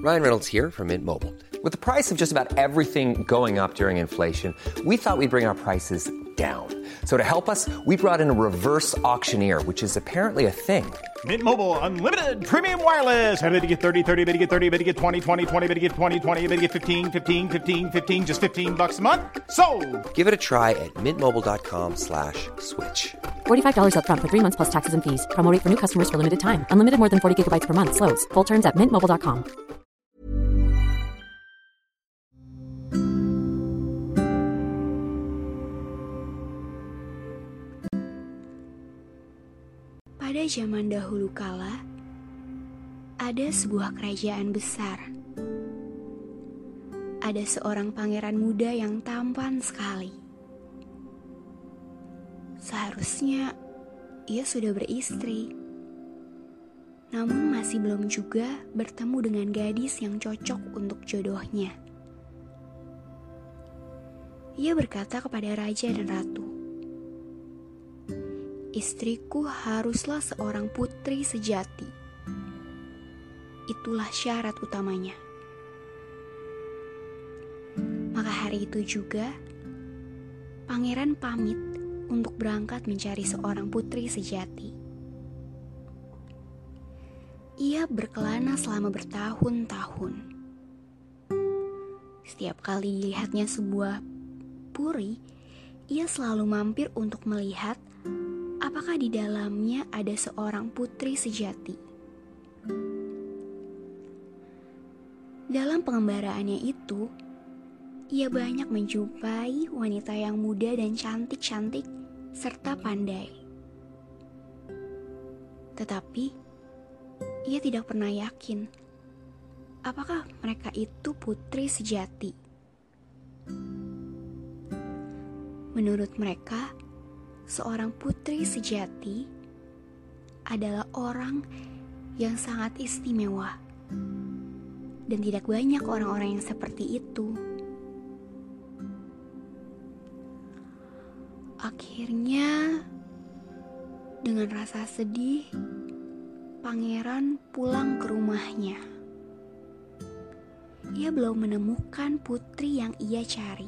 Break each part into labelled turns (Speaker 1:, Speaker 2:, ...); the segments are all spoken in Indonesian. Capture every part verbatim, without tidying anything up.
Speaker 1: Ryan Reynolds here from Mint Mobile. With the price of just about everything going up during inflation, we thought we'd bring our prices down. So to help us, we brought in a reverse auctioneer, which is apparently a thing.
Speaker 2: Mint Mobile Unlimited Premium Wireless. How to get thirty, thirty, how to get thirty, how to get twenty, twenty, twenty, how to get twenty, twenty, how to get fifteen, fifteen, fifteen, fifteen, just fifteen bucks a month? Sold! Give it a try at mintmobile.com slash switch.
Speaker 3: forty-five dollars up front for three months plus taxes and fees. Promo rate for new customers for limited time. Unlimited more than forty gigabytes per month. Slows full terms at mint mobile dot com.
Speaker 4: Pada zaman dahulu kala, ada sebuah kerajaan besar. Ada seorang pangeran muda yang tampan sekali. Seharusnya ia sudah beristri, namun masih belum juga bertemu dengan gadis yang cocok untuk jodohnya. Ia berkata kepada raja dan ratu, "Istriku haruslah seorang putri sejati. Itulah syarat utamanya." Maka hari itu juga, pangeran pamit untuk berangkat mencari seorang putri sejati. Ia berkelana selama bertahun-tahun. Setiap kali dilihatnya sebuah puri, ia selalu mampir untuk melihat apakah di dalamnya ada seorang putri sejati. Dalam pengembaraannya itu, ia banyak menjumpai wanita yang muda dan cantik-cantik serta pandai. Tetapi, ia tidak pernah yakin apakah mereka itu putri sejati. Menurut mereka, seorang putri sejati adalah orang yang sangat istimewa, dan tidak banyak orang-orang yang seperti itu. Akhirnya, dengan rasa sedih, pangeran pulang ke rumahnya. Ia belum menemukan putri yang ia cari.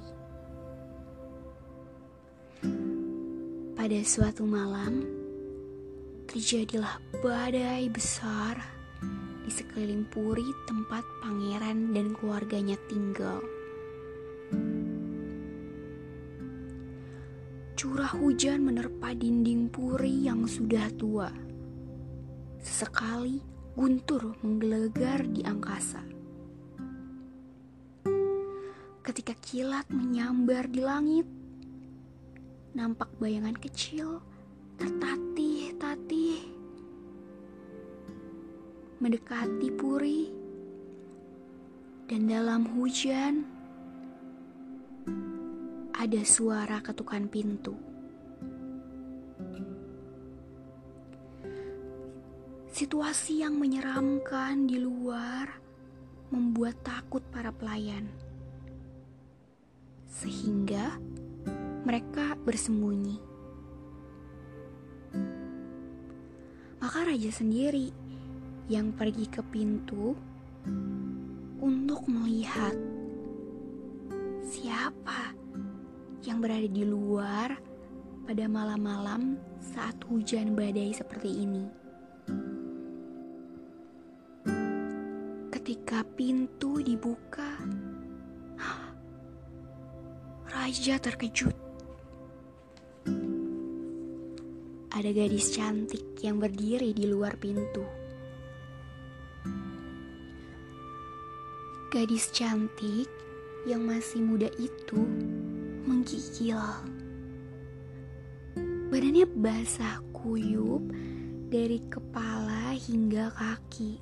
Speaker 4: Pada suatu malam, terjadilah badai besar di sekeliling puri tempat pangeran dan keluarganya tinggal. Curah hujan menerpa dinding puri yang sudah tua. Sesekali guntur menggelegar di angkasa. Ketika kilat menyambar di langit, nampak bayangan kecil tertatih-tatih mendekati puri, dan dalam hujan ada suara ketukan pintu. Situasi yang menyeramkan di luar membuat takut para pelayan, sehingga mereka bersembunyi. Maka raja sendiri yang pergi ke pintu untuk melihat siapa yang berada di luar pada malam-malam saat hujan badai seperti ini. Ketika pintu dibuka, raja terkejut. Ada gadis cantik yang berdiri di luar pintu. Gadis cantik yang masih muda itu menggigil. Badannya basah kuyup dari kepala hingga kaki.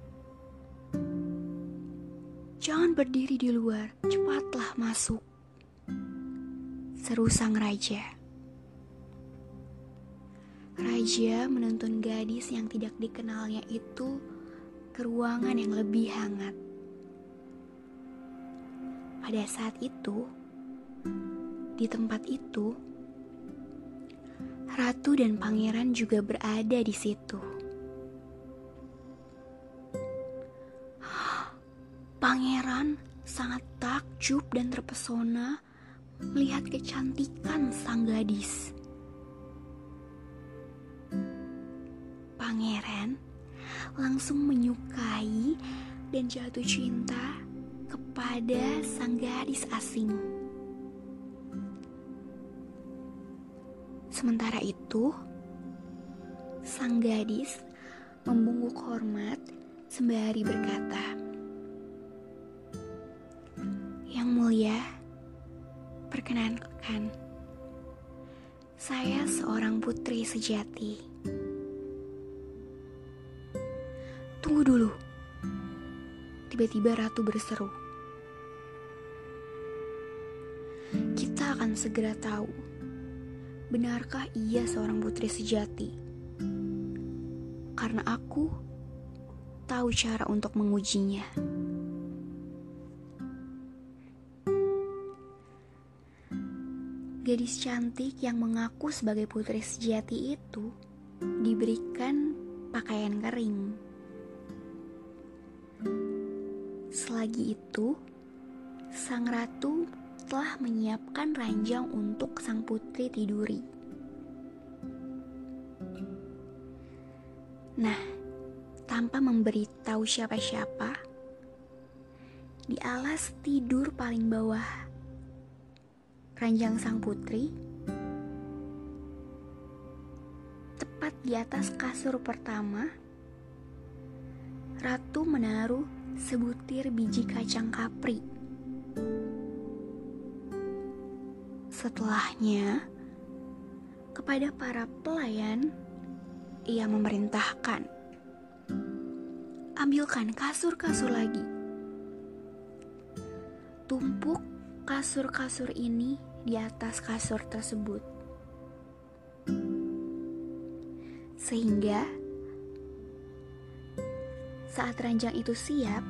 Speaker 4: "Jangan berdiri di luar, cepatlah masuk," seru sang raja. Raja menuntun gadis yang tidak dikenalnya itu ke ruangan yang lebih hangat. Pada saat itu, di tempat itu, ratu dan pangeran juga berada di situ. Pangeran sangat takjub dan terpesona melihat kecantikan sang gadis. Pangeran langsung menyukai dan jatuh cinta kepada sang gadis asing. Sementara itu, sang gadis membungkuk hormat sembari berkata, "Yang mulia, perkenankan, saya seorang putri sejati." "Tunggu dulu," tiba-tiba ratu berseru. "Kita akan segera tahu, benarkah ia seorang putri sejati? Karena aku tahu cara untuk mengujinya." Gadis cantik yang mengaku sebagai putri sejati itu diberikan pakaian kering. Selagi itu, sang ratu telah menyiapkan ranjang untuk sang putri tiduri. Nah, tanpa memberitahu siapa-siapa, di alas tidur paling bawah ranjang sang putri, tepat di atas kasur pertama, ratu menaruh sebutir biji kacang kapri. Setelahnya, kepada para pelayan, ia memerintahkan, "Ambilkan kasur-kasur lagi. Tumpuk kasur-kasur ini di atas kasur tersebut. Sehingga saat ranjang itu siap,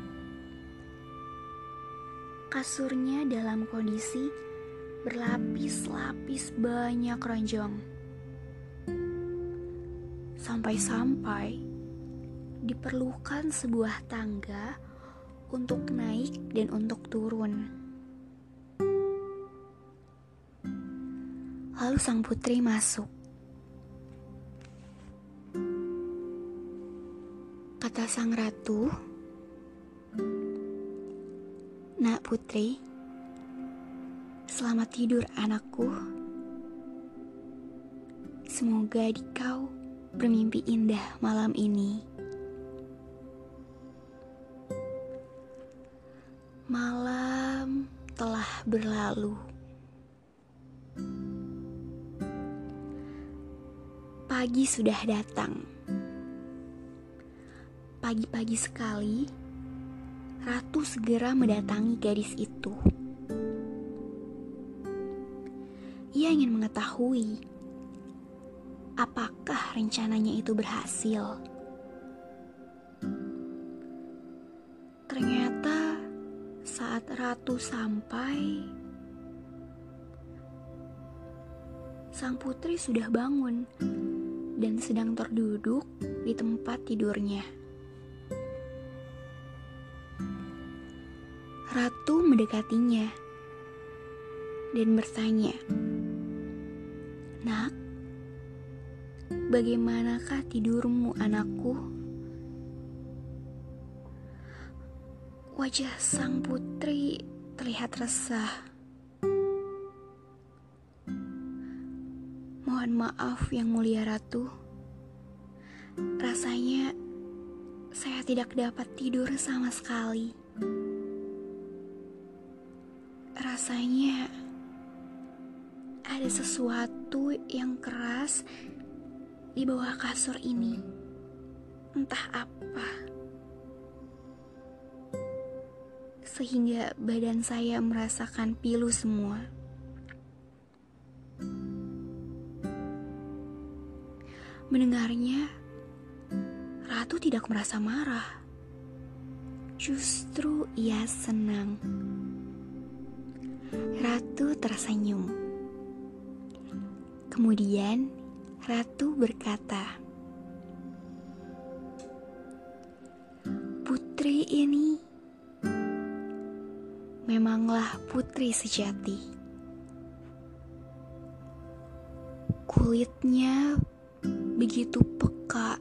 Speaker 4: kasurnya dalam kondisi berlapis-lapis banyak ranjang. Sampai-sampai diperlukan sebuah tangga untuk naik dan untuk turun." Lalu sang putri masuk. Kata sang ratu, "Nak putri, selamat tidur anakku. Semoga kau bermimpi indah malam ini." Malam telah berlalu. Pagi sudah datang. Pagi-pagi sekali, ratu segera mendatangi gadis itu. Ia ingin mengetahui apakah rencananya itu berhasil. Ternyata saat ratu sampai, sang putri sudah bangun dan sedang terduduk di tempat tidurnya. Ratu mendekatinya dan bertanya, "Nak, bagaimanakah tidurmu anakku?" Wajah sang putri terlihat resah. "Mohon maaf yang mulia ratu, rasanya saya tidak dapat tidur sama sekali. Rasanya ada sesuatu yang keras di bawah kasur ini, entah apa, sehingga badan saya merasakan pilu semua." Mendengarnya, ratu tidak merasa marah. Justru ia senang. Ratu tersenyum. Kemudian ratu berkata, "Putri ini memanglah putri sejati. Kulitnya begitu peka,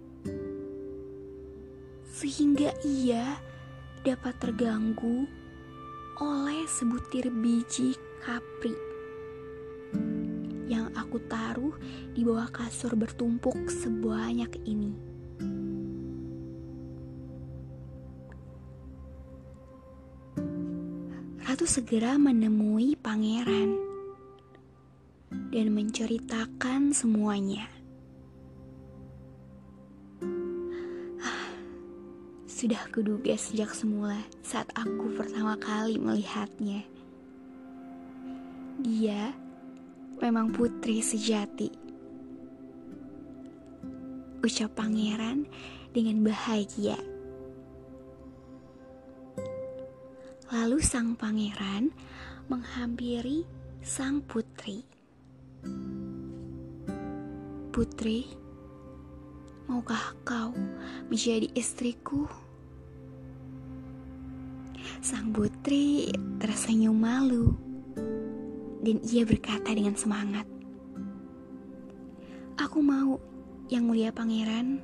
Speaker 4: sehingga ia dapat terganggu oleh sebutir biji kapri yang aku taruh di bawah kasur bertumpuk sebanyak ini. Ratu segera menemui pangeran dan menceritakan semuanya. Ah, sudah kuduga sejak semula saat aku pertama kali melihatnya. Dia memang putri sejati, ucap pangeran dengan bahagia. Lalu sang pangeran menghampiri sang putri. Putri, maukah kau menjadi istriku? Sang putri tersenyum malu dan ia berkata dengan semangat, "Aku mau, Yang Mulia Pangeran."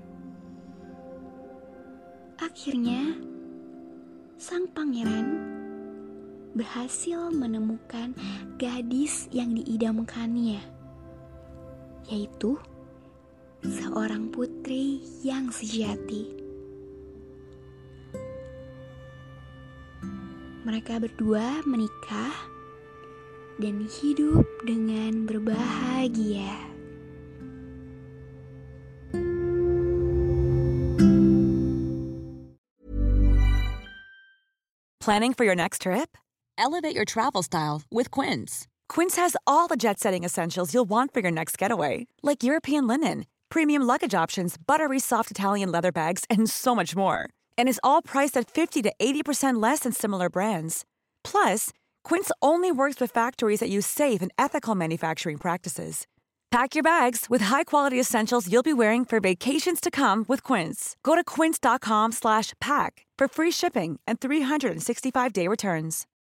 Speaker 4: Akhirnya, sang pangeran berhasil menemukan gadis yang diidamkannya, yaitu seorang putri yang sejati. Mereka berdua menikah dan hidup dengan berbahagia.
Speaker 5: Planning for your next trip? Elevate your travel style with Quince. Quince has all the jet-setting essentials you'll want for your next getaway, like European linen, premium luggage options, buttery soft Italian leather bags, and so much more. And is all priced at fifty to eighty percent less than similar brands. Plus, Quince only works with factories that use safe and ethical manufacturing practices. Pack your bags with high-quality essentials you'll be wearing for vacations to come with Quince. Go to quince.com slash pack for free shipping and three sixty-five day returns.